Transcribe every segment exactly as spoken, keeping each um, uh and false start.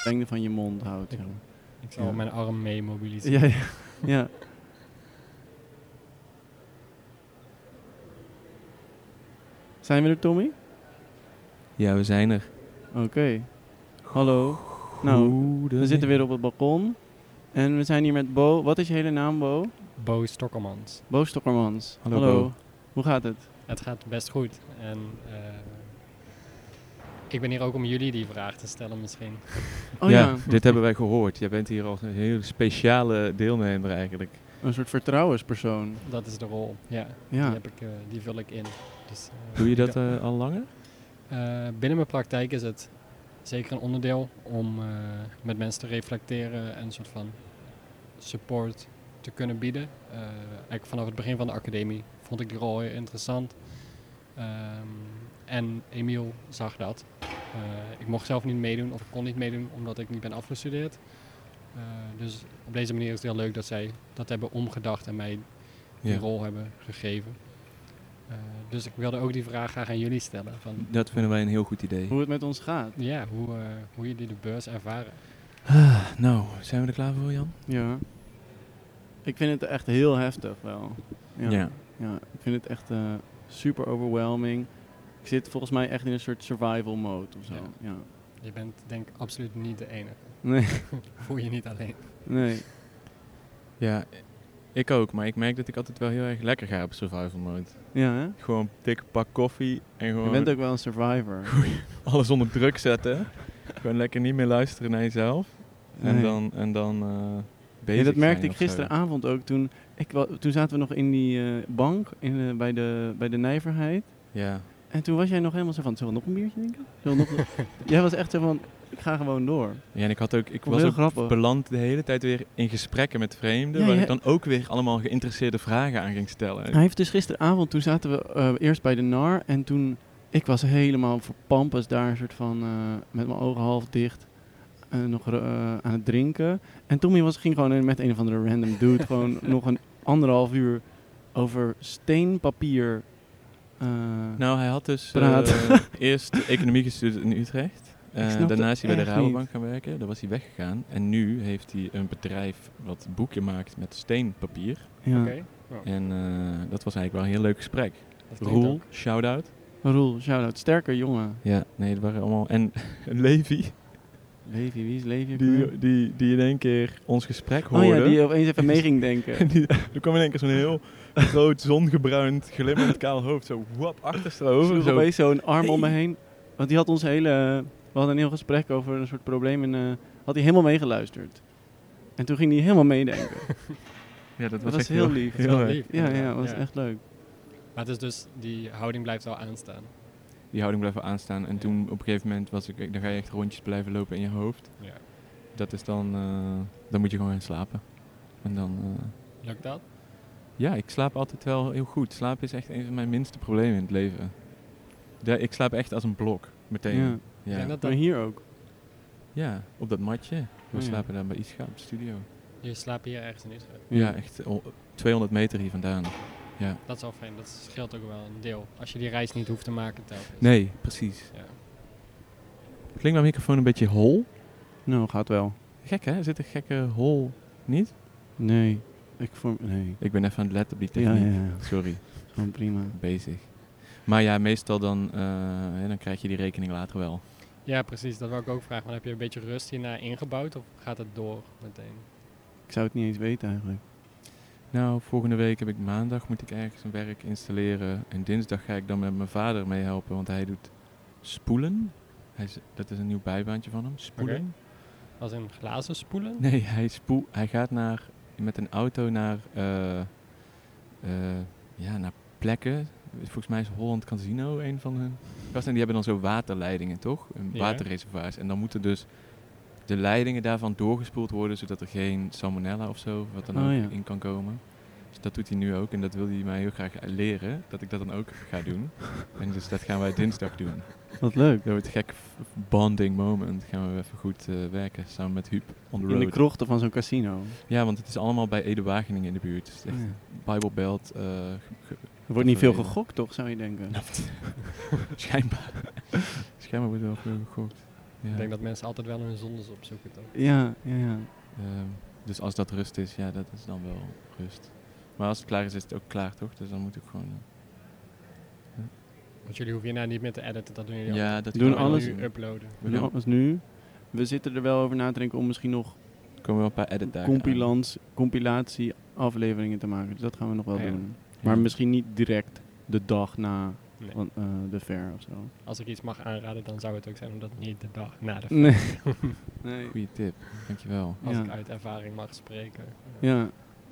lengte van je mond houdt. Ik, Zeg maar. ik zal Ja. mijn arm mee mobiliseren. Ja, ja, ja. Zijn we er, Tommy? Ja, we zijn er. Oké. Okay. Hallo. Nou, we zitten weer op het balkon. En we zijn hier met Bo. Wat is je hele naam, Bo? Bo Stokkermans. Bo Stokkermans. Hallo, Bo. Hoe gaat het? Het gaat best goed. En uh, ik ben hier ook om jullie die vraag te stellen misschien. Oh ja, ja, dit hebben wij gehoord. Jij bent hier als een hele speciale deelnemer eigenlijk. een soort vertrouwenspersoon. Dat is de rol. Ja, Ja. Die, heb ik, uh, die vul ik in. Dus, uh, Doe je dat uh, al langer? Uh, binnen mijn praktijk is het zeker een onderdeel om uh, met mensen te reflecteren en een soort van support te kunnen bieden. Uh, eigenlijk vanaf het begin van de academie vond ik die rol heel interessant. Um, en Emiel zag dat. Uh, ik mocht zelf niet meedoen of ik kon niet meedoen omdat ik niet ben afgestudeerd. Uh, dus op deze manier is het heel leuk dat zij dat hebben omgedacht en mij die Ja. rol hebben gegeven. Uh, dus ik wilde ook die vraag graag aan jullie stellen. Van, Dat vinden wij een heel goed idee. Hoe het met ons gaat. ja, hoe, uh, hoe jullie de beurs ervaren. Ah, nou, zijn we er klaar voor, Jan? Ja. Ik vind het echt heel heftig wel. Ja. Ja. Ja, ik vind het echt uh, super overwhelming. Ik zit volgens mij echt in een soort survival mode of zo. Ja. Ja. Je bent denk ik absoluut niet de enige. Nee. Voel je niet alleen. Nee. Ja, ik ook. Maar ik merk dat ik altijd wel heel erg lekker ga op survival mode. Ja, hè? Gewoon een dikke pak koffie en gewoon Je bent ook wel een survivor. alles onder druk zetten. Gewoon lekker niet meer luisteren naar jezelf. En Nee. dan, en dan uh, bezig Ja, dat merkte zijn ik of zo. gisteravond ook. Toen, ik wa- toen zaten we nog in die uh, bank in, uh, bij, de, bij de nijverheid. Ja. En toen was jij nog helemaal zo van, zullen we nog een biertje drinken? Zullen we nog jij was echt zo van, ik ga gewoon door. Ja, en ik had ook, ik Vond was heel ook grappig. beland de hele tijd weer in gesprekken met vreemden, Ja, waar ja. ik dan ook weer allemaal geïnteresseerde vragen aan ging stellen. Hij heeft dus gisteravond, toen zaten we uh, eerst bij de N A R en toen, ik was helemaal voor pampas daar, een soort van, uh, met mijn ogen half dicht, uh, nog uh, aan het drinken. En Tommy was, ging gewoon met een of andere random dude gewoon nog een anderhalf uur over steenpapier. Uh, Nou, hij had dus praten. uh, eerst economie gestudeerd in Utrecht. Uh, snap daarna het is hij bij de echt Rabobank niet. gaan werken. Daar was hij weggegaan. En nu heeft hij een bedrijf wat boekje maakt met steenpapier. ja. Oké. Okay. Oh, En uh, dat was eigenlijk wel een heel leuk gesprek. dat klinkt Roel, ook. shout-out. Roel, shout-out. Sterke jongen. Ja, nee, dat waren allemaal... En Levi, Levi, wie is Levi? die, die, die in één keer ons gesprek hoorde. Oh ja, die opeens even mee ging denken. En die, er kwam in één keer zo'n heel groot, zongebruind, glimmend kaal hoofd. Zo wap, achterover. Sloeg Zo. opeens zo'n arm om me Hey. heen. Want die had ons hele... We hadden een heel gesprek over een soort probleem en uh, had hij helemaal meegeluisterd. En toen ging hij helemaal meedenken. Ja, dat was, Dat was echt heel lief. Dat is wel erg. lief. Ja, ja, dat was Ja. echt leuk. Maar het is dus, die houding blijft wel aanstaan. Die houding bleef wel aanstaan. En Ja. toen op een gegeven moment was ik, dan ga je echt rondjes blijven lopen in je hoofd. Ja. Dat is dan, uh, dan moet je gewoon gaan slapen. En dan, uh, Lukt dat? ja, ik slaap altijd wel heel goed. Slaap is echt een van mijn minste problemen in het leven. Ja, ik slaap echt als een blok, meteen. Ja. Ja, Ik denk ja. dat Maar dat, hier ook. op dat matje. We Oh ja. slapen daar bij Ischa op de studio. je slaapt hier ergens in Utrecht. Ja, echt oh, tweehonderd meter hier vandaan. Ja. Dat is wel fijn, dat scheelt ook wel een deel. Als je die reis niet hoeft te maken telkens. Nee, precies. Ja. Klinkt mijn microfoon een beetje hol? Nou, gaat wel. Gek hè? Zit een gekke hol niet? Nee. Ik vorm... Nee. Ik ben even aan het letten op die Ja, techniek. ja, ja. Sorry, Gewoon prima. bezig. Maar ja, meestal dan, uh, ja, dan krijg je die rekening later wel. ja, precies. Dat wil ik ook vragen. Maar heb je een beetje rust hierna ingebouwd of gaat het door meteen? Ik zou het niet eens weten eigenlijk. Nou, volgende week heb ik maandag moet ik ergens een werk installeren. En dinsdag ga ik dan met mijn vader meehelpen, want hij doet spoelen. Hij is, dat is een nieuw bijbaantje van hem, spoelen. Oké. Als in glazen spoelen? Nee, hij, spoel, hij gaat naar, met een auto naar, uh, uh, ja, naar plekken. Volgens mij is Holland Casino een van hun gasten. En die hebben dan zo waterleidingen, toch? Een Ja. waterreservoirs. En dan moeten dus de leidingen daarvan doorgespoeld worden, zodat er geen salmonella of zo, wat dan Oh, ook, ja. in kan komen. Dus dat doet hij nu ook. En dat wil hij mij heel graag leren, dat ik dat dan ook ga doen. En dus dat gaan wij dinsdag doen. Wat leuk. Dat wordt een gek f- bonding moment. Gaan we even goed uh, werken, samen met Huub on the In de road. krochten van zo'n casino. Ja, want het is allemaal bij Ede-Wageningen in de buurt. Het is echt Ja. Bible Belt. Uh, ge- Er wordt niet veel Verleden. gegokt, toch, zou je denken? Schijnbaar. Schijnbaar wordt er wel veel gegokt. Ja. Ik denk dat mensen altijd wel hun zondes opzoeken, toch? Ja, ja, ja. Ehm, dus als dat rust is, ja, dat is dan wel rust. Maar als het klaar is, is het ook klaar, toch? Dus dan moet ik gewoon... Uh, Want jullie hoeven hierna niet meer te editen, dat doen jullie ja, altijd. dat Doen gaan we alles- nu nu uploaden. We We doen doen, alles nu. We zitten er wel over na te denken om misschien nog er komen wel een paar editdagen aan. compilans, compilatie afleveringen te maken. Dus dat gaan we nog wel Ah, ja. doen. Maar Ja. misschien niet direct de dag na Nee. van, eh, de fair of zo. Als ik iets mag aanraden, dan zou het ook zijn omdat niet de dag na de Nee. nee. Goeie tip, dankjewel. Als Ja. ik uit ervaring mag spreken. Ja,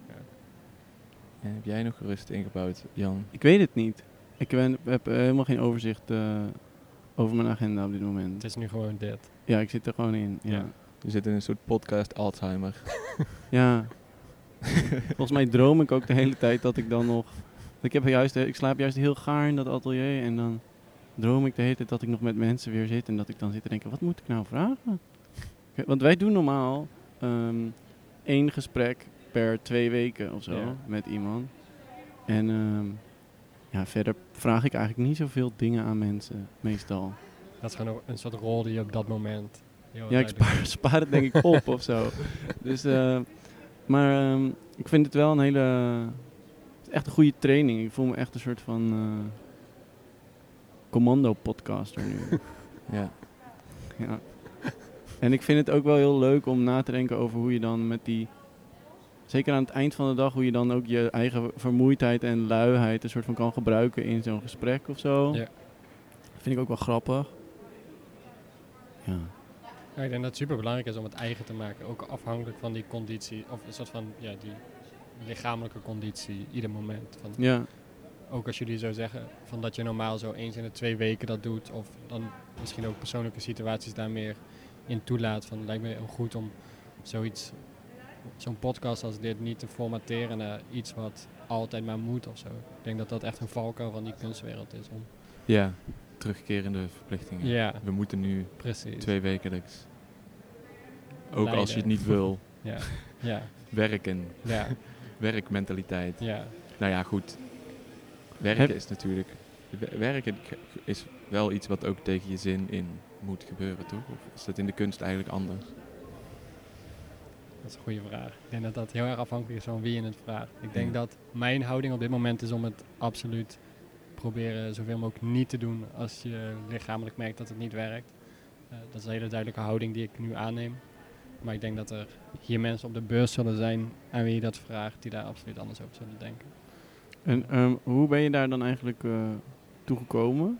Ja, heb jij nog rust ingebouwd, Jan? ik weet het niet. Ik ben, heb eh, helemaal geen overzicht eh, over mijn agenda op dit moment. Het is nu gewoon dit. Ja, ik zit er gewoon in. Ja. Ja. We zitten in een soort podcast Alzheimer. Ja. Volgens mij droom ik ook de hele tijd dat ik dan nog... Ik, heb juist, ik slaap juist heel gaar in dat atelier en dan droom ik de hele tijd dat ik nog met mensen weer zit en dat ik dan zit te denken, wat moet ik nou vragen? Oké, want wij doen normaal ehm, één gesprek per twee weken of zo Ja. met iemand. En ehm, ja, verder vraag ik eigenlijk niet zoveel dingen aan mensen, meestal. Dat is gewoon een soort rol die je op dat moment... heel Ja, ik duidelijk- spaar, spaar het denk ik op of zo. Dus, eh, maar ehm, ik vind het wel een hele... Het is echt een goede training. Ik voel me echt een soort van eh, commando-podcaster nu. Ja. Ja. En ik vind het ook wel heel leuk om na te denken over hoe je dan met die... Zeker aan het eind van de dag, hoe je dan ook je eigen vermoeidheid en luiheid een soort van kan gebruiken in zo'n gesprek of zo. Ja. Dat vind ik ook wel grappig. Ja. Ja, ik denk dat het super belangrijk is om het eigen te maken. Ook afhankelijk van die conditie, of een soort van, ja, die lichamelijke conditie, ieder moment. Van, Ja. ook als jullie zo zeggen, van dat je normaal zo eens in de twee weken dat doet, of dan misschien ook persoonlijke situaties daar meer in toelaat. Van, het lijkt me heel goed om zoiets, zo'n podcast als dit niet te formateren naar iets wat altijd maar moet of zo. Ik denk dat dat echt een valkuil van die kunstwereld is. Om, Ja, terugkerende verplichtingen. ja, We moeten nu precies. twee wekelijks. Ook als je het Leiden. niet wil. Ja, ja, Werken. ja, Werkmentaliteit. ja. Nou ja, goed. Werken Heb- is natuurlijk... w- Werken is wel iets wat ook tegen je zin in moet gebeuren, toch? Of is dat in de kunst eigenlijk anders? Dat is een goede vraag. Ik denk dat dat heel erg afhankelijk is van wie je het vraagt. Ik denk Ja. dat mijn houding op dit moment is om het absoluut proberen zoveel mogelijk niet te doen als je lichamelijk merkt dat het niet werkt. Uh, dat is een hele duidelijke houding die ik nu aanneem. Maar ik denk dat er hier mensen op de beurs zullen zijn aan wie je dat vraagt, die daar absoluut anders over zullen denken. En ehm, hoe ben je daar dan eigenlijk uh, toegekomen?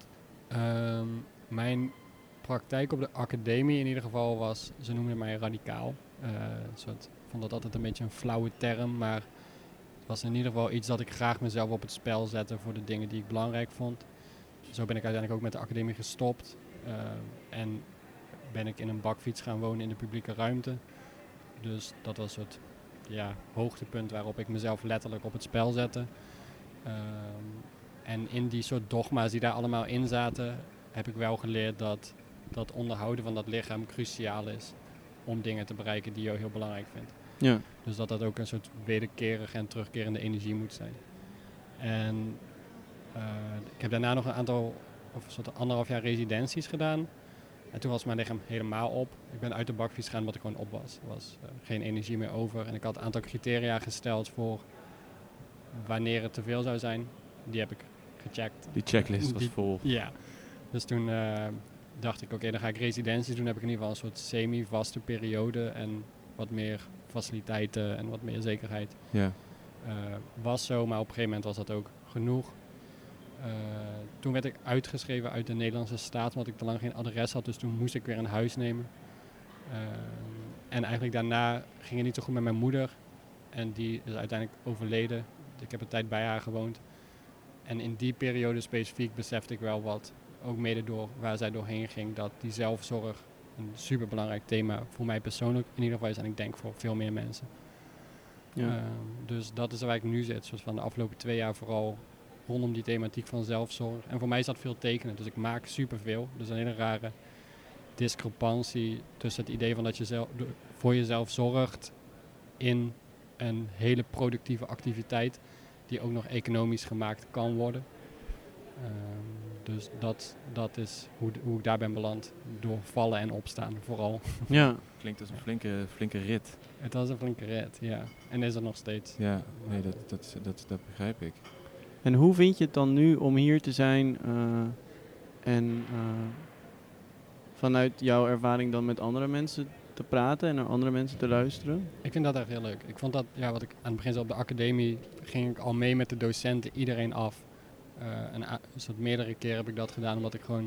Um, mijn praktijk op de academie in ieder geval was, ze noemden mij radicaal. Uh, soort, ik vond dat altijd een beetje een flauwe term, maar het was in ieder geval iets dat ik graag mezelf op het spel zette voor de dingen die ik belangrijk vond. Zo ben ik uiteindelijk ook met de academie gestopt uh, en ben ik in een bakfiets gaan wonen in de publieke ruimte. Dus dat was het ja, hoogtepunt waarop ik mezelf letterlijk op het spel zette. Um, en in die soort dogma's die daar allemaal in zaten, heb ik wel geleerd dat dat onderhouden van dat lichaam cruciaal is om dingen te bereiken die je heel belangrijk vindt. Ja. Dus dat dat ook een soort wederkerige en terugkerende energie moet zijn. En uh, ik heb daarna nog een aantal, of een soort anderhalf jaar residenties gedaan. En toen was mijn lichaam helemaal op. Ik ben uit de bakfiets gegaan omdat ik gewoon op was. Er was uh, geen energie meer over. En ik had een aantal criteria gesteld voor wanneer het te veel zou zijn. Die heb ik gecheckt. Die checklist was Die- vol. Ja. Dus toen uh, dacht ik, oké, okay, dan ga ik residenties doen. Dan heb ik in ieder geval een soort semi-vaste periode. En wat meer faciliteiten en wat meer zekerheid. Ja. Uh, was zo, maar op een gegeven moment was dat ook genoeg. Uh, toen werd ik uitgeschreven uit de Nederlandse staat, omdat ik te lang geen adres had. Dus toen moest ik weer een huis nemen. Uh, en eigenlijk daarna ging het niet zo goed met mijn moeder. En die is uiteindelijk overleden. Ik heb een tijd bij haar gewoond. En in die periode specifiek besefte ik wel wat, ook mede door waar zij doorheen ging, dat die zelfzorg een superbelangrijk thema voor mij persoonlijk in ieder geval is. En ik denk voor veel meer mensen. Ja. Uh, dus dat is waar ik nu zit. Soort van de afgelopen twee jaar vooral rondom die thematiek van zelfzorg. En voor mij is dat veel tekenen. Dus ik maak superveel. Dus een hele rare discrepantie tussen het idee van dat je zelf, voor jezelf zorgt in een hele productieve activiteit die ook nog economisch gemaakt kan worden. Um, dus dat, dat is hoe, hoe ik daar ben beland. Door vallen en opstaan vooral. Ja. Klinkt als een flinke, flinke rit. Het was een flinke rit, ja. En is er nog steeds. Ja, nee, dat, dat, dat, dat begrijp ik. En hoe vind je het dan nu om hier te zijn uh, en uh, vanuit jouw ervaring dan met andere mensen te praten en naar andere mensen te luisteren? Ik vind dat echt heel leuk. Ik vond dat, ja, wat ik aan het begin zei op de academie, ging ik al mee met de docenten, iedereen af. Uh, en a- een soort meerdere keren heb ik dat gedaan, omdat ik gewoon,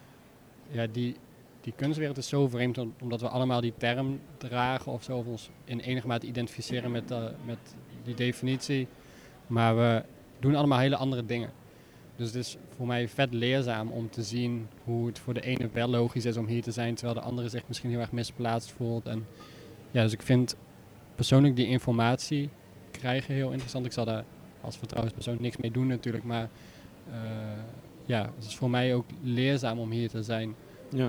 ja, die, die kunstwereld is zo vreemd, omdat we allemaal die term dragen of zo, of ons in enige mate identificeren met, uh, met die definitie. Maar we doen allemaal hele andere dingen. Dus het is voor mij vet leerzaam om te zien hoe het voor de ene wel logisch is om hier te zijn, terwijl de andere zich misschien heel erg misplaatst voelt. En ja, dus ik vind persoonlijk die informatie krijgen heel interessant. Ik zal daar als vertrouwenspersoon niks mee doen natuurlijk, maar uh, ja, het is voor mij ook leerzaam om hier te zijn. Ja, Uh,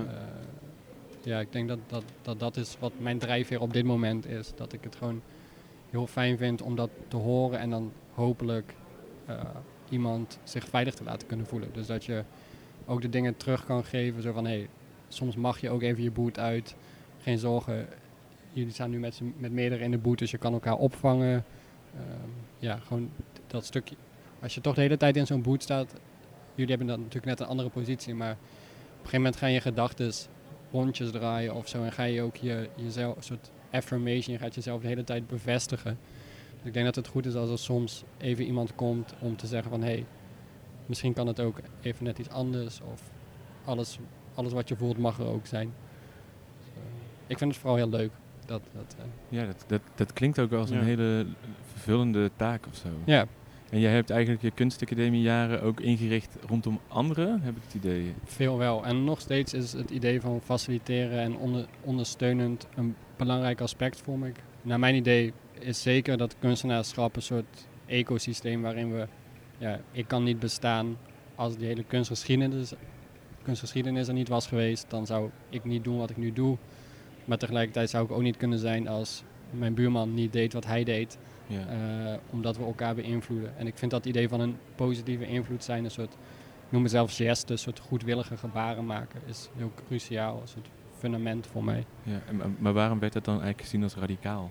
ja, ik denk dat dat, dat dat is wat mijn drijfveer op dit moment is. Dat ik het gewoon heel fijn vind om dat te horen en dan hopelijk uh, iemand zich veilig te laten kunnen voelen. Dus dat je ook de dingen terug kan geven. Zo van, hé, hey, soms mag je ook even je boot uit. Geen zorgen, jullie staan nu met, z'n- met meerdere in de boot, dus je kan elkaar opvangen. Um, ja, gewoon dat stukje. Als je toch de hele tijd in zo'n boot staat, jullie hebben dan natuurlijk net een andere positie, maar op een gegeven moment gaan je gedachten rondjes draaien of zo. En ga je ook je, jezelf, een soort affirmation, je gaat jezelf de hele tijd bevestigen. Dus ik denk dat het goed is als er soms even iemand komt om te zeggen van, hé, hey, misschien kan het ook even net iets anders. Of alles, alles wat je voelt mag er ook zijn. Dus, uh, ik vind het vooral heel leuk. Dat, dat, uh, Ja, dat, dat, dat klinkt ook als Ja. een hele vervullende taak of zo. ja, En jij hebt eigenlijk je kunstacademiejaren ook ingericht rondom anderen, heb ik het idee. veel wel. En nog steeds is het idee van faciliteren en onder, ondersteunend een belangrijk aspect voor me. Naar mijn idee is zeker dat kunstenaarschap een soort ecosysteem waarin we... Ja, ik kan niet bestaan als die hele kunstgeschiedenis, kunstgeschiedenis er niet was geweest. Dan zou ik niet doen wat ik nu doe. Maar tegelijkertijd zou ik ook niet kunnen zijn als mijn buurman niet deed wat hij deed. Ja. Uh, omdat we elkaar beïnvloeden. En ik vind dat idee van een positieve invloed zijn, een soort, ik noem mezelf gesten, een soort goedwillige gebaren maken, is heel cruciaal, een soort fundament voor mij. Ja, en, maar- maar waarom werd dat dan eigenlijk gezien als radicaal?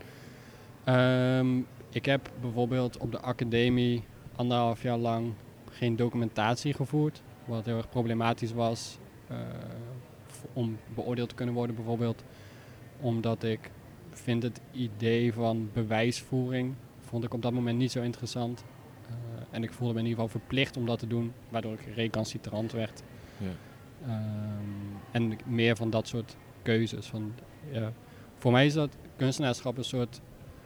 Um, ik heb bijvoorbeeld op de academie anderhalf jaar lang geen documentatie gevoerd, wat heel erg problematisch was uh, v- om beoordeeld te kunnen worden, bijvoorbeeld omdat ik vind het idee van bewijsvoering vond ik op dat moment niet zo interessant. Uh, en ik voelde me in ieder geval verplicht om dat te doen, waardoor ik recalcitrant werd. Ja. Um, en meer van dat soort keuzes. Van, ja. Voor mij is dat kunstenaarschap een soort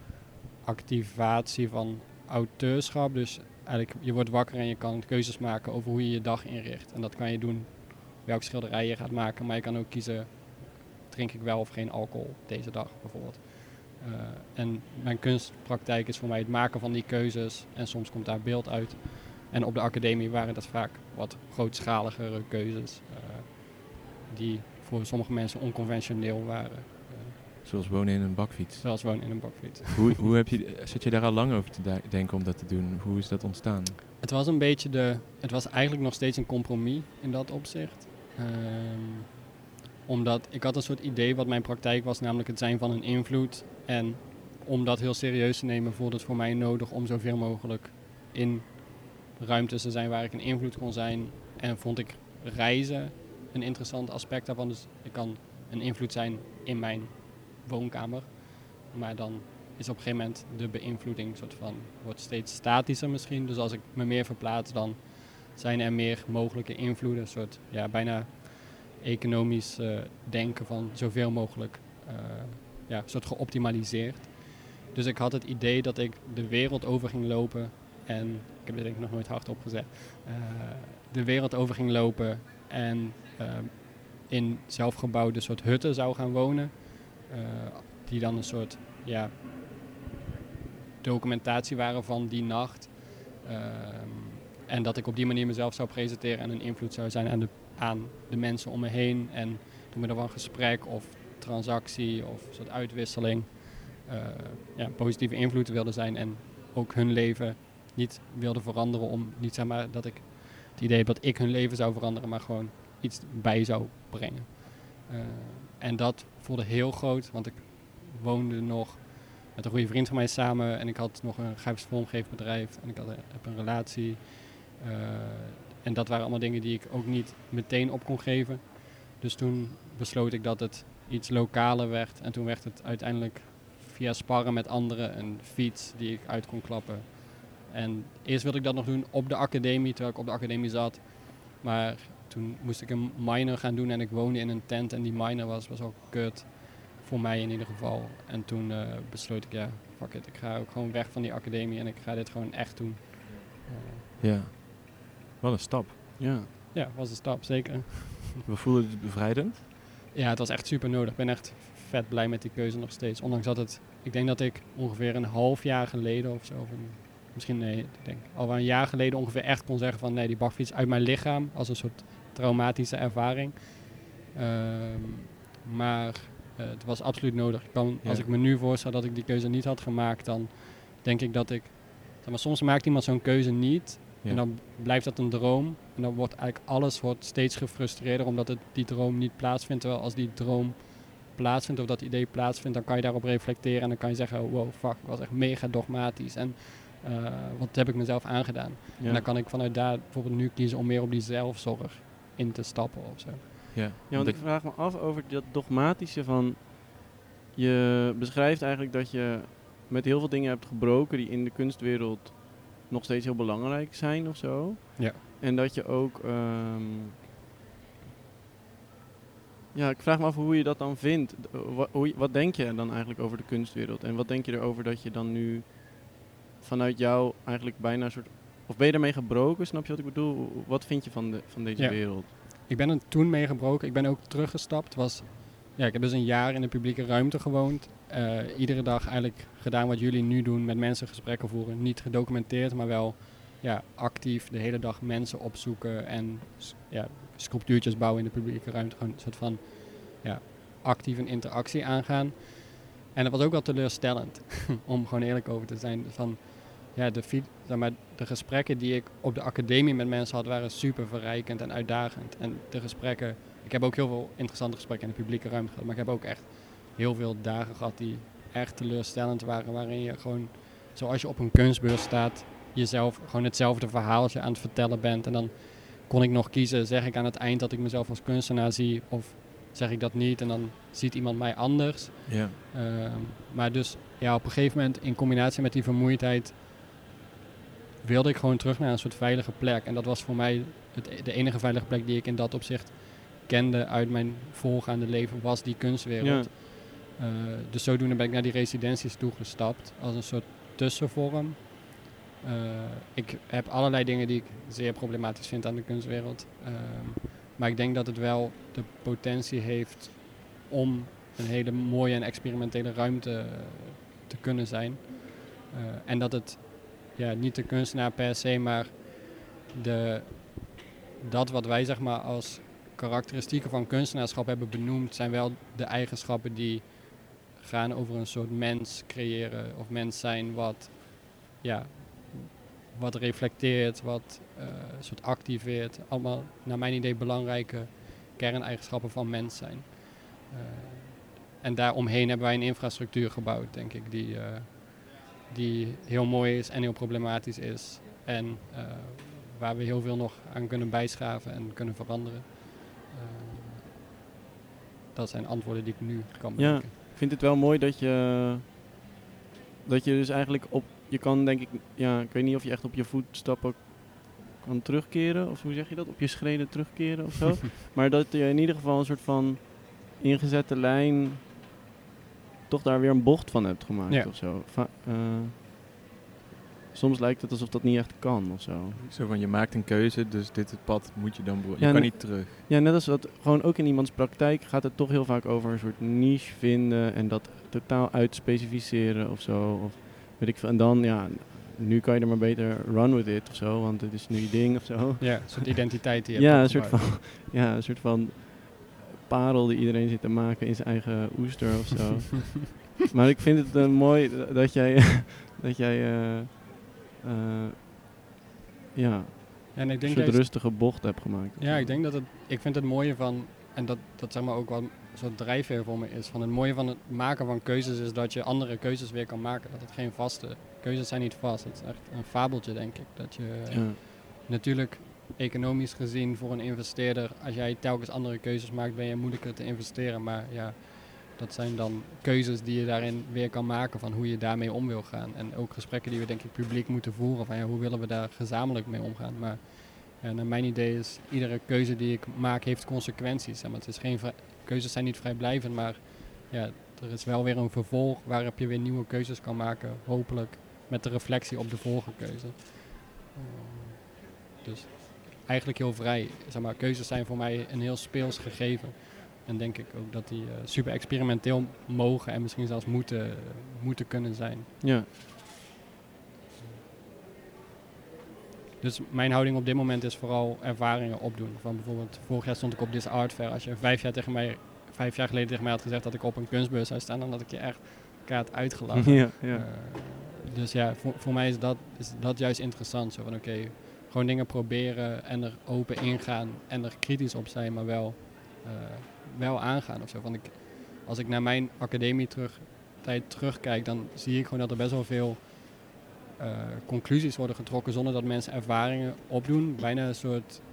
activatie van auteurschap. Dus eigenlijk, je wordt wakker en je kan keuzes maken over hoe je je dag inricht. En dat kan je doen welke schilderij je gaat maken, maar je kan ook kiezen, drink ik wel of geen alcohol deze dag bijvoorbeeld. Uh, en mijn kunstpraktijk is voor mij het maken van die keuzes en soms komt daar beeld uit. En op de academie waren dat vaak wat grootschaligere keuzes uh, die voor sommige mensen onconventioneel waren. Uh, Zoals wonen in een bakfiets. zoals wonen in een bakfiets. hoe, hoe heb je, zit je daar al lang over te da- denken om dat te doen? Hoe is dat ontstaan? Het was een beetje de, het was eigenlijk nog steeds een compromis in dat opzicht. Um, omdat ik had een soort idee wat mijn praktijk was, namelijk het zijn van een invloed. En om dat heel serieus te nemen voelde het voor mij nodig om zoveel mogelijk in ruimtes te zijn waar ik een invloed kon zijn. En vond ik reizen een interessant aspect daarvan. Dus ik kan een invloed zijn in mijn woonkamer. Maar dan is op een gegeven moment de beïnvloeding soort van, wordt steeds statischer misschien. Dus als ik me meer verplaats, dan zijn er meer mogelijke invloeden. Een soort, ja, bijna economisch uh, denken van zoveel mogelijk, uh, ja, een soort geoptimaliseerd. Dus ik had het idee dat ik de wereld over ging lopen en, ik heb dit denk ik nog nooit hardop gezegd, uh, de wereld over ging lopen en uh, in zelfgebouwde soort hutten zou gaan wonen, uh, die dan een soort, ja, documentatie waren van die nacht. Uh, en dat ik op die manier mezelf zou presenteren en een invloed zou zijn aan de aan de mensen om me heen en door middel van gesprek of transactie of een soort uitwisseling uh, ja, positieve invloed wilde zijn en ook hun leven niet wilde veranderen om niet zeg maar dat ik het idee heb dat ik hun leven zou veranderen, maar gewoon iets bij zou brengen. Uh, en dat voelde heel groot, want ik woonde nog met een goede vriend van mij samen en ik had nog een grafisch vormgeefbedrijf en ik had, heb een relatie. Uh, en dat waren allemaal dingen die ik ook niet meteen op kon geven. Dus toen besloot ik dat het iets lokaler werd en toen werd het uiteindelijk via sparren met anderen een fiets die ik uit kon klappen. En eerst wilde ik dat nog doen op de academie, terwijl ik op de academie zat. Maar toen moest ik een minor gaan doen en ik woonde in een tent en die minor was, was ook kut. Voor mij in ieder geval. En toen uh, besloot ik, ja, fuck it. Ik ga ook gewoon weg van die academie en ik ga dit gewoon echt doen. Uh, ja, wat een stap. Ja, ja, was een stap, zeker. We voelen het bevrijdend. Ja, het was echt super nodig. Ik ben echt vet blij met die keuze nog steeds. Ondanks dat het, ik denk dat ik ongeveer een half jaar geleden of zo, of een, misschien nee, ik denk al wel een jaar geleden ongeveer echt kon zeggen van nee, die bakfiets uit mijn lichaam als een soort traumatische ervaring. Um, maar uh, het was absoluut nodig. Ik kan, ja. Als ik me nu voorstel dat ik die keuze niet had gemaakt, dan denk ik dat ik, zeg maar, soms maakt iemand zo'n keuze niet. Ja. En dan blijft dat een droom. En dan wordt eigenlijk alles wordt steeds gefrustreerder omdat het, die droom niet plaatsvindt. Terwijl als die droom plaatsvindt of dat idee plaatsvindt, dan kan je daarop reflecteren. En dan kan je zeggen, wow, fuck, ik was echt mega dogmatisch. En uh, wat heb ik mezelf aangedaan? Ja. En dan kan ik vanuit daar bijvoorbeeld nu kiezen om meer op die zelfzorg in te stappen of zo. Ja, ja want ik vraag me af over dat dogmatische van... Je beschrijft eigenlijk dat je met heel veel dingen hebt gebroken die in de kunstwereld nog steeds heel belangrijk zijn of zo. Ja. En dat je ook... Um, ja, ik vraag me af hoe je dat dan vindt. Wat, hoe, wat denk je dan eigenlijk over de kunstwereld? En wat denk je erover dat je dan nu vanuit jou eigenlijk bijna een soort... Of ben je ermee gebroken, snap je wat ik bedoel? Wat vind je van, de, van deze ja. wereld? Ik ben er toen mee gebroken. Ik ben ook teruggestapt. Was, ja, ik heb dus een jaar in de publieke ruimte gewoond. Uh, iedere dag eigenlijk gedaan wat jullie nu doen. Met mensen gesprekken voeren. Niet gedocumenteerd, maar wel ja, actief de hele dag mensen opzoeken. En ja, sculptuurtjes bouwen in de publieke ruimte. Gewoon een soort van ja, actief een interactie aangaan. En dat was ook wel teleurstellend. Om gewoon eerlijk over te zijn. Van, ja, de, zeg maar, de gesprekken die ik op de academie met mensen had, waren super verrijkend en uitdagend. En de gesprekken, ik heb ook heel veel interessante gesprekken in de publieke ruimte gehad, maar ik heb ook echt heel veel dagen gehad die echt teleurstellend waren, waarin je gewoon, zoals je op een kunstbeurs staat, jezelf gewoon hetzelfde verhaaltje aan het vertellen bent. En dan kon ik nog kiezen, zeg ik aan het eind dat ik mezelf als kunstenaar zie, of zeg ik dat niet en dan ziet iemand mij anders. Ja. Uh, maar dus ja, op een gegeven moment in combinatie met die vermoeidheid wilde ik gewoon terug naar een soort veilige plek. En dat was voor mij het, de enige veilige plek die ik in dat opzicht kende uit mijn voorgaande leven, was die kunstwereld. Ja. Uh, dus zodoende ben ik naar die residenties toegestapt als een soort tussenvorm. Uh, ik heb allerlei dingen die ik zeer problematisch vind aan de kunstwereld. Uh, maar ik denk dat het wel de potentie heeft om een hele mooie en experimentele ruimte te kunnen zijn. Uh, en dat het ja, niet de kunstenaar per se, maar de, dat wat wij zeg maar als karakteristieken van kunstenaarschap hebben benoemd, zijn wel de eigenschappen die gaan over een soort mens creëren of mens zijn wat, ja, wat reflecteert, wat uh, een soort activeert. Allemaal naar mijn idee belangrijke kerneigenschappen van mens zijn. Uh, en daaromheen hebben wij een infrastructuur gebouwd, denk ik, die, uh, die heel mooi is en heel problematisch is. En uh, waar we heel veel nog aan kunnen bijschaven en kunnen veranderen. Uh, dat zijn antwoorden die ik nu kan bedenken. Ja, ik vind het wel mooi dat je, dat je dus eigenlijk op, je kan denk ik, ja, ik weet niet of je echt op je voetstappen kan terugkeren, of hoe zeg je dat, op je schreden terugkeren of zo. Maar dat je in ieder geval een soort van ingezette lijn toch daar weer een bocht van hebt gemaakt ja. of zo. Va- uh, soms lijkt het alsof dat niet echt kan of zo. Zo van, je maakt een keuze, dus dit het pad moet je dan... Bro- je ja, kan niet terug. Ja, net als dat gewoon ook in iemands praktijk gaat het toch heel vaak over een soort niche vinden en dat totaal uitspecificeren of zo. Of weet ik veel. En dan, ja, nu kan je er maar beter run with it of zo, want het is nu je ding of zo. Ja, een soort identiteit die je ja, hebt een soort van, ja, een soort van parel die iedereen zit te maken in zijn eigen oester of zo. Maar ik vind het uh, mooi dat jij, dat jij uh, uh, ja, En ik een denk soort juist, rustige bocht heb gemaakt. of ja, zo. ik denk dat het, ik vind het mooie van, en dat, dat zeg maar ook wat een soort drijfveer voor me is, van het mooie van het maken van keuzes is dat je andere keuzes weer kan maken. Dat het geen vaste, keuzes zijn niet vast. Het is echt een fabeltje, denk ik. Dat je Ja. natuurlijk economisch gezien voor een investeerder, als jij telkens andere keuzes maakt, ben je moeilijker te investeren. Maar ja, dat zijn dan keuzes die je daarin weer kan maken van hoe je daarmee om wil gaan. En ook gesprekken die we denk ik publiek moeten voeren van ja, hoe willen we daar gezamenlijk mee omgaan. Maar ja, naar mijn idee is iedere keuze die ik maak heeft consequenties. Zeg maar, het is geen vrij, keuzes zijn niet vrijblijvend, maar ja, er is wel weer een vervolg waarop je weer nieuwe keuzes kan maken. Hopelijk met de reflectie op de vorige keuze. Uh, dus eigenlijk heel vrij. Zeg maar, keuzes zijn voor mij een heel speels gegeven. En denk ik ook dat die uh, super experimenteel mogen en misschien zelfs moeten, uh, moeten kunnen zijn. Ja. Dus mijn houding op dit moment is vooral ervaringen opdoen. Van bijvoorbeeld, vorig jaar stond ik op This Art Fair. Als je vijf jaar, tegen mij, vijf jaar geleden tegen mij had gezegd dat ik op een kunstbeurs zou staan, dan had ik je echt kaart uitgelachen. Ja, ja. Uh, dus ja, voor, voor mij is dat, is dat juist interessant. Zo van oké, okay, gewoon dingen proberen en er open ingaan en er kritisch op zijn, maar wel, uh, wel aangaan of zo. Want ik, als ik naar mijn academie terug, tijd terugkijk, dan zie ik gewoon dat er best wel veel uh, conclusies worden getrokken zonder dat mensen ervaringen opdoen. Bijna een soort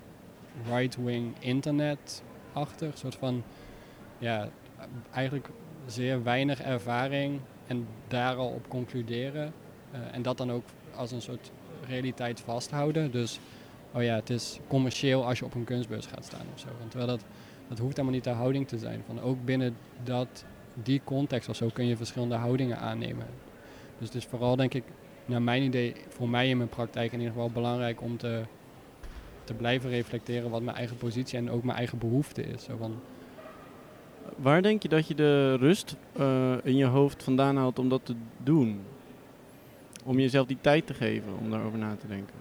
right-wing internet-achtig, soort van, ja, eigenlijk zeer weinig ervaring en daar al op concluderen. Uh, en dat dan ook als een soort realiteit vasthouden. Dus, oh ja, het is commercieel als je op een kunstbeurs gaat staan of zo. Want terwijl dat, dat hoeft helemaal niet de houding te zijn. Van ook binnen dat, die context of zo kun je verschillende houdingen aannemen. Dus het is vooral, denk ik, naar mijn idee, voor mij in mijn praktijk in ieder geval belangrijk om te, te blijven reflecteren wat mijn eigen positie en ook mijn eigen behoefte is. Zo van, waar denk je dat je de rust uh, in je hoofd vandaan haalt om dat te doen? Om jezelf die tijd te geven om daarover na te denken?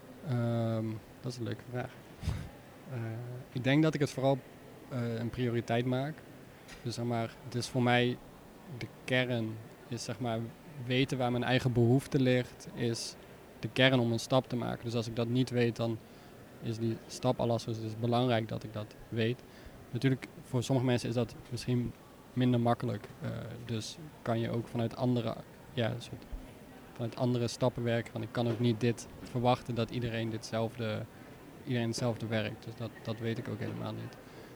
Um, dat is een leuke vraag. uh, ik denk dat ik het vooral uh, een prioriteit maak. Dus zeg maar, het is voor mij de kern, is zeg maar weten waar mijn eigen behoefte ligt, is de kern om een stap te maken. Dus als ik dat niet weet, dan is die stap al lastig. Dus het is belangrijk dat ik dat weet. Natuurlijk, voor sommige mensen is dat misschien minder makkelijk. Uh, dus kan je ook vanuit andere, ja, soort, vanuit andere stappen werken. Want ik kan ook niet dit verwachten dat iedereen ditzelfde, iedereen hetzelfde werkt. Dus dat, dat weet ik ook helemaal niet.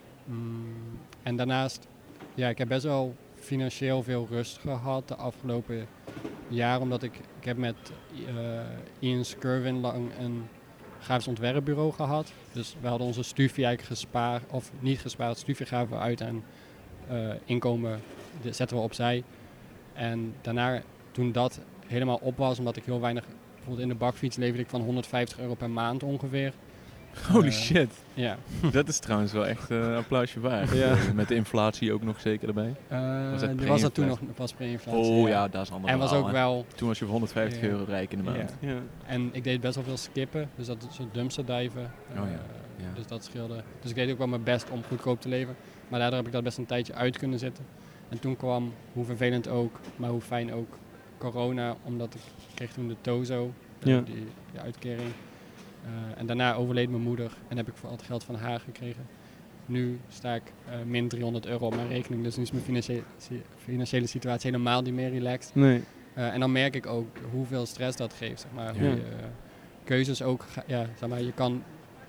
Mm, en daarnaast, ja, ik heb best wel financieel veel rust gehad de afgelopen jaar. Omdat ik, ik heb met uh, Ian Skirvin lang een grafisch ontwerpbureau gehad. Dus we hadden onze stufie eigenlijk gespaard, of niet gespaard, stufie gaven we uit en uh, inkomen de, zetten we opzij. En daarna, toen dat helemaal op was, omdat ik heel weinig, bijvoorbeeld in de bakfiets leverde ik van honderdvijftig euro per maand ongeveer. Holy uh, shit. Ja. Dat is trouwens wel echt een uh, applausje waard. Ja. Uh, met de inflatie ook nog zeker erbij. Uh, Was dat was dat toen nog was pre-inflatie. Oh ja, ja, dat is een ander En was verhaal, ook hè. wel... Toen was je voor honderdvijftig Ja. euro rijk in de maand. Ja. Ja. En ik deed best wel veel skippen, dus dat soort dumpsterdiven. Oh ja, Uh, ja. Dus dat scheelde. Dus ik deed ook wel mijn best om goedkoop te leven. Maar daardoor heb ik dat best een tijdje uit kunnen zitten. En toen kwam, hoe vervelend ook, maar hoe fijn ook, corona. Omdat ik kreeg toen de Tozo, Ja. die, die uitkering. Uh, en daarna overleed mijn moeder en heb ik voor al het geld van haar gekregen. Nu sta ik uh, min driehonderd euro op mijn rekening. Dus nu is mijn financiële, financiële situatie helemaal niet meer relaxed. Nee. Uh, en dan merk ik ook hoeveel stress dat geeft. Zeg maar. Ja. Hoe je, uh, keuzes ook, ga, ja, zeg maar, je kan...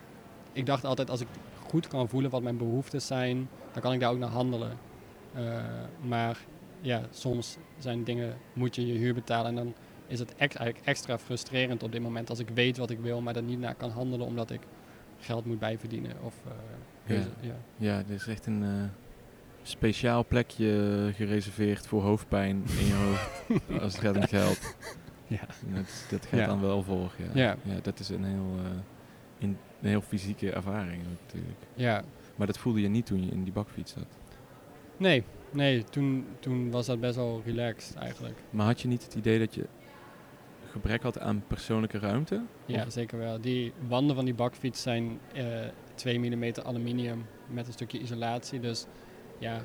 Ik dacht altijd, als ik goed kan voelen wat mijn behoeftes zijn, dan kan ik daar ook naar handelen. Uh, maar ja, soms zijn dingen, moet je je huur betalen en dan is het ex- eigenlijk extra frustrerend op dit moment als ik weet wat ik wil, maar er niet naar kan handelen omdat ik geld moet bijverdienen. Of, uh, keuze, ja. Ja, er is echt een uh, speciaal plekje gereserveerd voor hoofdpijn in je hoofd als het gaat om geld. Ja. Dat, dat gaat Ja. dan wel voor. Ja. Ja. Ja, dat is een heel, uh, in, een heel fysieke ervaring natuurlijk. Ja. Maar dat voelde je niet toen je in die bakfiets zat. Nee, nee toen, toen was dat best wel relaxed eigenlijk. Maar had je niet het idee dat je gebrek had aan persoonlijke ruimte? Ja, Of? zeker wel. Die wanden van die bakfiets zijn uh, twee millimeter aluminium met een stukje isolatie. Dus ja,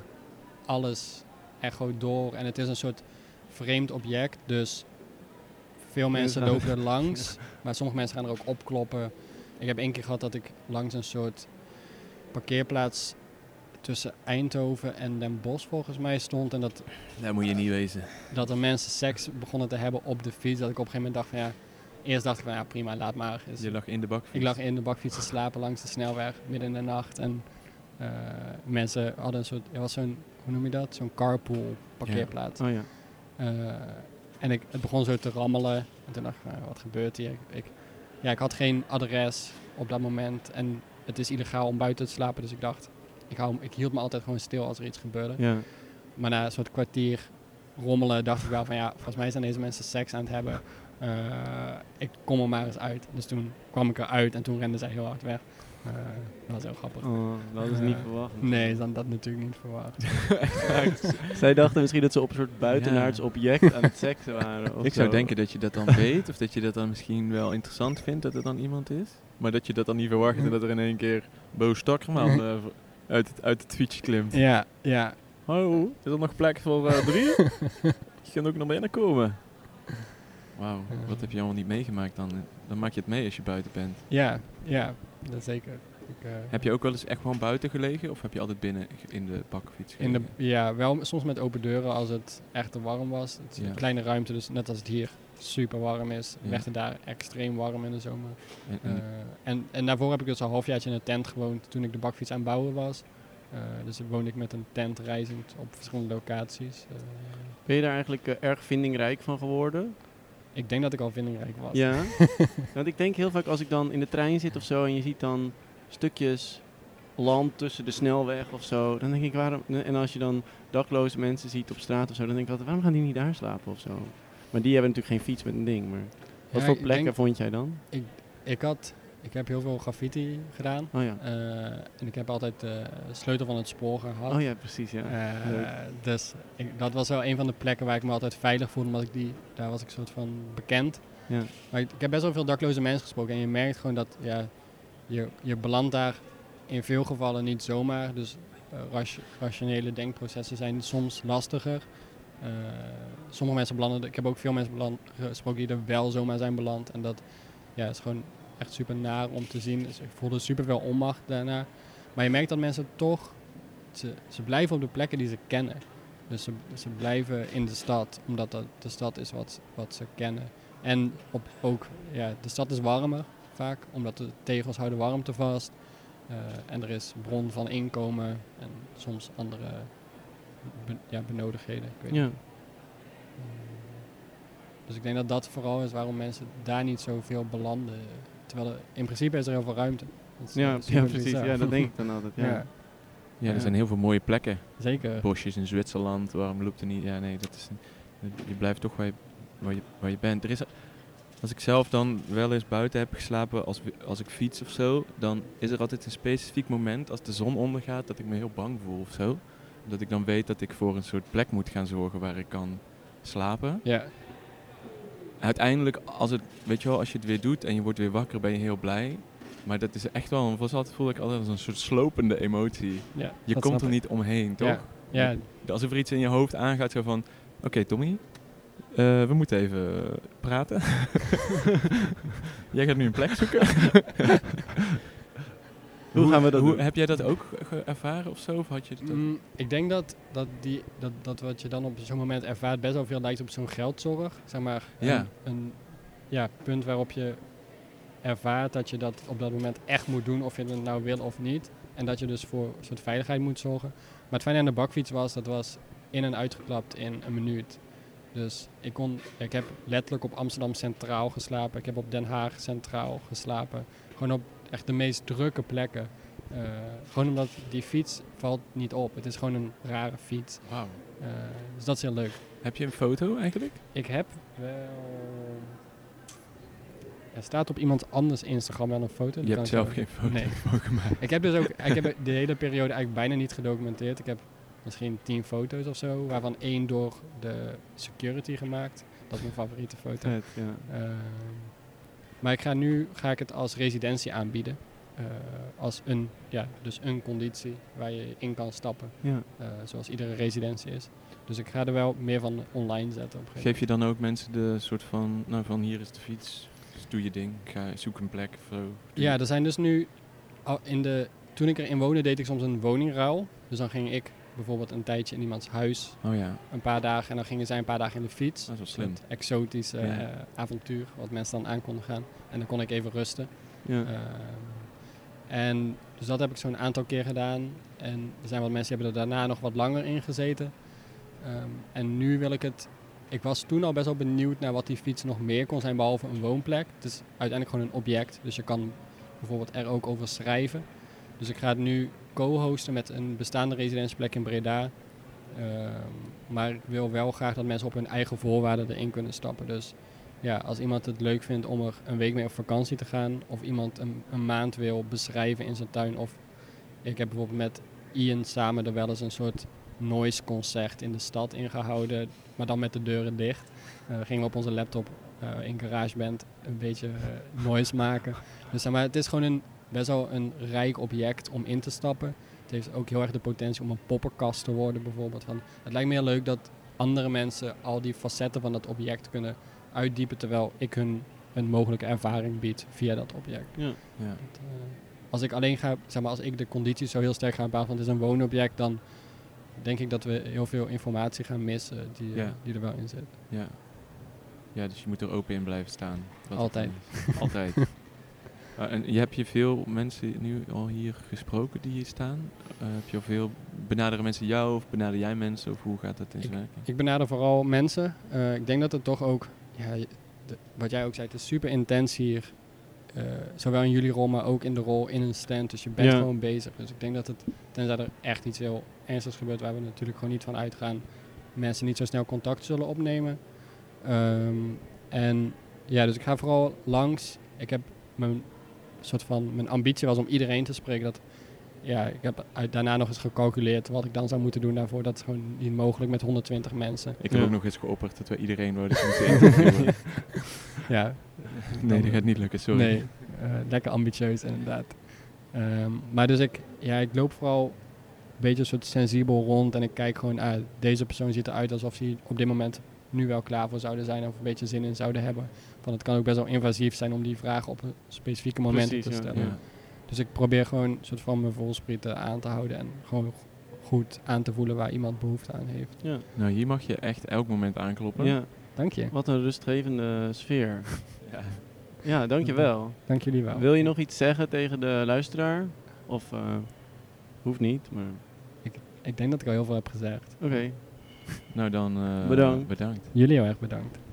alles echoot door. En het is een soort vreemd object. Dus veel mensen Ja. lopen er langs. Maar sommige mensen gaan er ook opkloppen. ik heb één keer gehad dat ik langs een soort parkeerplaats tussen Eindhoven en Den Bosch volgens mij stond. En dat, Daar moet je niet wezen. dat er mensen seks begonnen te hebben op de fiets. Dat ik op een gegeven moment dacht van ja, eerst dacht ik van ja prima, laat maar. Dus Je lag in de bakfiets. ik lag in de bakfiets te slapen langs de snelweg midden in de nacht. En uh, mensen hadden een soort, er was zo'n, hoe noem je dat? Zo'n carpool parkeerplaats. Oh ja. Uh, en ik, het begon zo te rammelen. En toen dacht ik, nou, wat gebeurt hier? Ik, ik, ja, ik had geen adres op dat moment. En het is illegaal om buiten te slapen. Dus ik dacht, ik, hou, ik hield me altijd gewoon stil als er iets gebeurde. Ja. Maar na een soort kwartier rommelen dacht ik wel van ja, volgens mij zijn deze mensen seks aan het hebben. Uh, ik kom er maar eens uit. Dus toen kwam ik eruit en toen renden zij heel hard weg. Uh, dat was heel grappig. Oh, dat is niet Uh, verwacht. Nee, dan dat natuurlijk niet verwacht. Zij dachten misschien dat ze op een soort buitenaards Ja. object aan het seksen waren. Of Ik zou zo. denken dat je dat dan weet, of dat je dat dan misschien wel interessant vindt dat er dan iemand is. Maar dat je dat dan niet verwacht en dat er in één keer Bo Stakkerman uh, uit, het, uit het fietsje klimt. Ja, ja. Hallo, is er nog plek voor uh, drie? Je kunt ook naar binnen komen. Wauw, wat heb je allemaal niet meegemaakt dan? Dan maak je het mee als je buiten bent. Ja, ja, dat zeker. Ik, uh, Heb je ook wel eens echt gewoon buiten gelegen of heb je altijd binnen ge- in de bakfiets in de, gelegen? ja, wel soms met open deuren als het echt te warm was. Het is Ja. een kleine ruimte, dus net als het hier super warm is, Ja. werd het daar extreem warm in de zomer. En, Uh, en, en, en daarvoor heb ik dus al een halfjaartje in een tent gewoond toen ik de bakfiets aan het bouwen was. Uh, dus dan woonde ik met een tent reizend op verschillende locaties. Uh, Ben je daar eigenlijk uh, erg vindingrijk van geworden? ik denk dat ik al vindingrijk was. Ja. Want ik denk heel vaak als ik dan in de trein zit of zo en je ziet dan stukjes land tussen de snelweg of zo. Dan denk ik, waarom... En als je dan dakloze mensen ziet op straat of zo, dan denk ik altijd, waarom gaan die niet daar slapen of zo? Maar die hebben natuurlijk geen fiets met een ding. Maar wat Ja, voor ik plekken denk- vond jij dan? Ik had, ik heb heel veel graffiti gedaan. Oh ja. Uh, en ik heb altijd de sleutel van het spoor gehad. Oh ja, precies, ja. Uh, Leuk. dus ik, dat was wel een van de plekken waar ik me altijd veilig voelde, omdat ik die, daar was ik soort van bekend. Ja. Maar ik, ik heb best wel veel dakloze mensen gesproken en je merkt gewoon dat ja, je, je belandt daar in veel gevallen niet zomaar. Dus uh, ras, rationele denkprocessen zijn soms lastiger. Uh, sommige mensen belanden, ik heb ook veel mensen beland, gesproken die er wel zomaar zijn beland. En dat ja, is gewoon echt super naar om te zien. Dus ik voelde super veel onmacht daarna. Maar je merkt dat mensen toch, ze, ze blijven op de plekken die ze kennen. Dus ze, ze blijven in de stad, omdat dat de stad is wat, wat ze kennen. En op, ook, ja, de stad is warmer vaak, omdat de tegels houden warmte vast. Uh, en er is bron van inkomen en soms andere be, ja, benodigdheden. Ik weet Ja. niet. Dus ik denk dat dat vooral is waarom mensen daar niet zoveel belanden. Terwijl er, in principe is er heel veel ruimte. Dat is, Ja, uh, super ja, precies. bizar. Ja, dat denk ik dan altijd. Ja. Ja, ja, er zijn heel veel mooie plekken. zeker. Bosjes in Zwitserland, waarom loopt er niet? Ja, nee, dat is je blijft toch waar je, waar je, waar je bent. Er is, als ik zelf dan wel eens buiten heb geslapen, als, als ik fiets of zo, dan is er altijd een specifiek moment als de zon ondergaat dat ik me heel bang voel of zo. Dat ik dan weet dat ik voor een soort plek moet gaan zorgen waar ik kan slapen. Ja, Uiteindelijk, als, het, weet je wel, als je het weer doet en je wordt weer wakker, ben je heel blij. Maar dat is echt wel, was altijd, voel ik altijd als een soort slopende emotie. ja, Je dat komt snap er ik. niet omheen, toch? Ja, ja, Alsof er iets in je hoofd aangaat, zo van, oké okay, Tommy, uh, we moeten even praten. Jij gaat nu een plek zoeken. Hoe gaan we dat hoe, doen? Heb jij dat ook ge- ervaren of zo? Of had je dat? Mm, ik denk dat, dat, die, dat, dat wat je dan op zo'n moment ervaart best wel veel lijkt op zo'n geldzorg. Zeg maar Ja. een, een ja, punt waarop je ervaart dat je dat op dat moment echt moet doen, of je het nou wil of niet. En dat je dus voor een soort veiligheid moet zorgen. Maar het fijne aan de bakfiets was, dat was in en uitgeklapt in een minuut. Dus ik, kon, ik heb letterlijk op Amsterdam Centraal geslapen. Ik heb op Den Haag Centraal geslapen. Gewoon op echt de meest drukke plekken. Uh, gewoon omdat die fiets valt niet op. Het is gewoon een rare fiets. Wauw. Uh, dus dat is heel leuk. Heb je een foto eigenlijk? Ik heb wel... Er staat op iemand anders Instagram wel een foto. Die Je kan hebt ik zelf zo- geen foto Nee. van gemaakt. Ik heb dus ook... Ik heb de hele periode eigenlijk bijna niet gedocumenteerd. Ik heb misschien tien foto's of zo. Waarvan één door de security gemaakt. Dat is mijn favoriete foto. Vet, ja. Uh, maar ik ga nu ga ik het als residentie aanbieden. Uh, als een, ja, dus een conditie waar je in kan stappen. Ja. Uh, zoals iedere residentie is. Dus ik ga er wel meer van online zetten op een gegeven Geef je dan ook mensen de soort van, nou van hier is de fiets, doe je ding, ga, zoek een plek. Of zo. Doe Ja, je- er zijn dus nu... al In de, toen ik erin woonde, deed ik soms een woningruil. Dus dan ging ik bijvoorbeeld een tijdje in iemands huis, Oh ja, een paar dagen. En dan gingen zij een paar dagen in de fiets. dat is wel slim. Een soort exotisch eh, Ja. eh, avontuur, wat mensen dan aan konden gaan. En dan kon ik even rusten. Ja. Ehm, en dus dat heb ik zo'n aantal keer gedaan. En er zijn wat mensen die hebben er daarna nog wat langer in gezeten. Ehm, en nu wil ik het... Ik was toen al best wel benieuwd naar wat die fiets nog meer kon zijn behalve een woonplek. Het is uiteindelijk gewoon een object. Dus je kan bijvoorbeeld er ook over schrijven. Dus ik ga het nu co-hosten met een bestaande residentieplek in Breda. Ehm, maar ik wil wel graag dat mensen op hun eigen voorwaarden erin kunnen stappen. Dus ja, als iemand het leuk vindt om er een week mee op vakantie te gaan, of iemand een, een maand wil beschrijven in zijn tuin, of ik heb bijvoorbeeld met Ian samen er wel eens een soort noise concert in de stad ingehouden, maar dan met de deuren dicht. Uh, gingen we op onze laptop uh, in GarageBand een beetje uh, noise maken. Dus zeg maar, het is gewoon een, best wel een rijk object om in te stappen. Het heeft ook heel erg de potentie om een poppenkast te worden bijvoorbeeld. Van, het lijkt me heel leuk dat andere mensen al die facetten van dat object kunnen uitdiepen, terwijl ik hun een mogelijke ervaring bied via dat object. Ja. Ja. Dat, uh, als ik alleen ga, zeg maar, als ik de condities zo heel sterk ga bepalen van het is een woonobject, dan denk ik dat we heel veel informatie gaan missen die, uh, Ja. die er wel in zit. Ja. Ja, dus je moet er open in blijven staan. Wat het Altijd. dan is. Altijd. Uh, en je hebt je veel mensen nu al hier gesproken die hier staan? Uh, heb je al veel, benaderen mensen jou of benader jij mensen of hoe gaat dat in zijn werking? Ik benader vooral mensen. Uh, ik denk dat het toch ook, ja, de, wat jij ook zei, het is super intens hier. Uh, zowel in jullie rol, maar ook in de rol in een stand. Dus je bent Ja. gewoon bezig. Dus ik denk dat het, tenzij er echt iets heel ernstigs gebeurt, waar we natuurlijk gewoon niet van uitgaan, mensen niet zo snel contact zullen opnemen. Um, en ja, dus ik ga vooral langs. Ik heb mijn soort van, mijn ambitie was om iedereen te spreken. Dat, ja, ik heb uit, daarna nog eens gecalculeerd wat ik dan zou moeten doen daarvoor. Dat is gewoon niet mogelijk met honderdtwintig mensen. Ik heb Ja. ook nog eens geopperd dat we iedereen worden moeten interviewen. Ja. Nee, dat gaat niet lukken, sorry. Nee, uh, lekker ambitieus inderdaad. Um, maar dus ik, ja, ik loop vooral een beetje een soort sensibel rond en ik kijk gewoon, ah, deze persoon ziet eruit alsof ze op dit moment nu wel klaar voor zouden zijn of een beetje zin in zouden hebben. Van het kan ook best wel invasief zijn om die vragen op een specifieke moment Precies, te ja. stellen. Ja. Dus ik probeer gewoon een soort van mijn volsprieten aan te houden en gewoon goed aan te voelen waar iemand behoefte aan heeft. Ja. Nou, hier mag je echt elk moment aankloppen. Ja. Dank je. Wat een rustgevende sfeer. Ja. Ja, dankjewel. Dank jullie wel. Wil je nog iets zeggen tegen de luisteraar? Of uh, hoeft niet, maar Ik denk dat ik al heel veel heb gezegd. oké. Nou dan uh, Bedankt. bedankt. Jullie heel erg bedankt.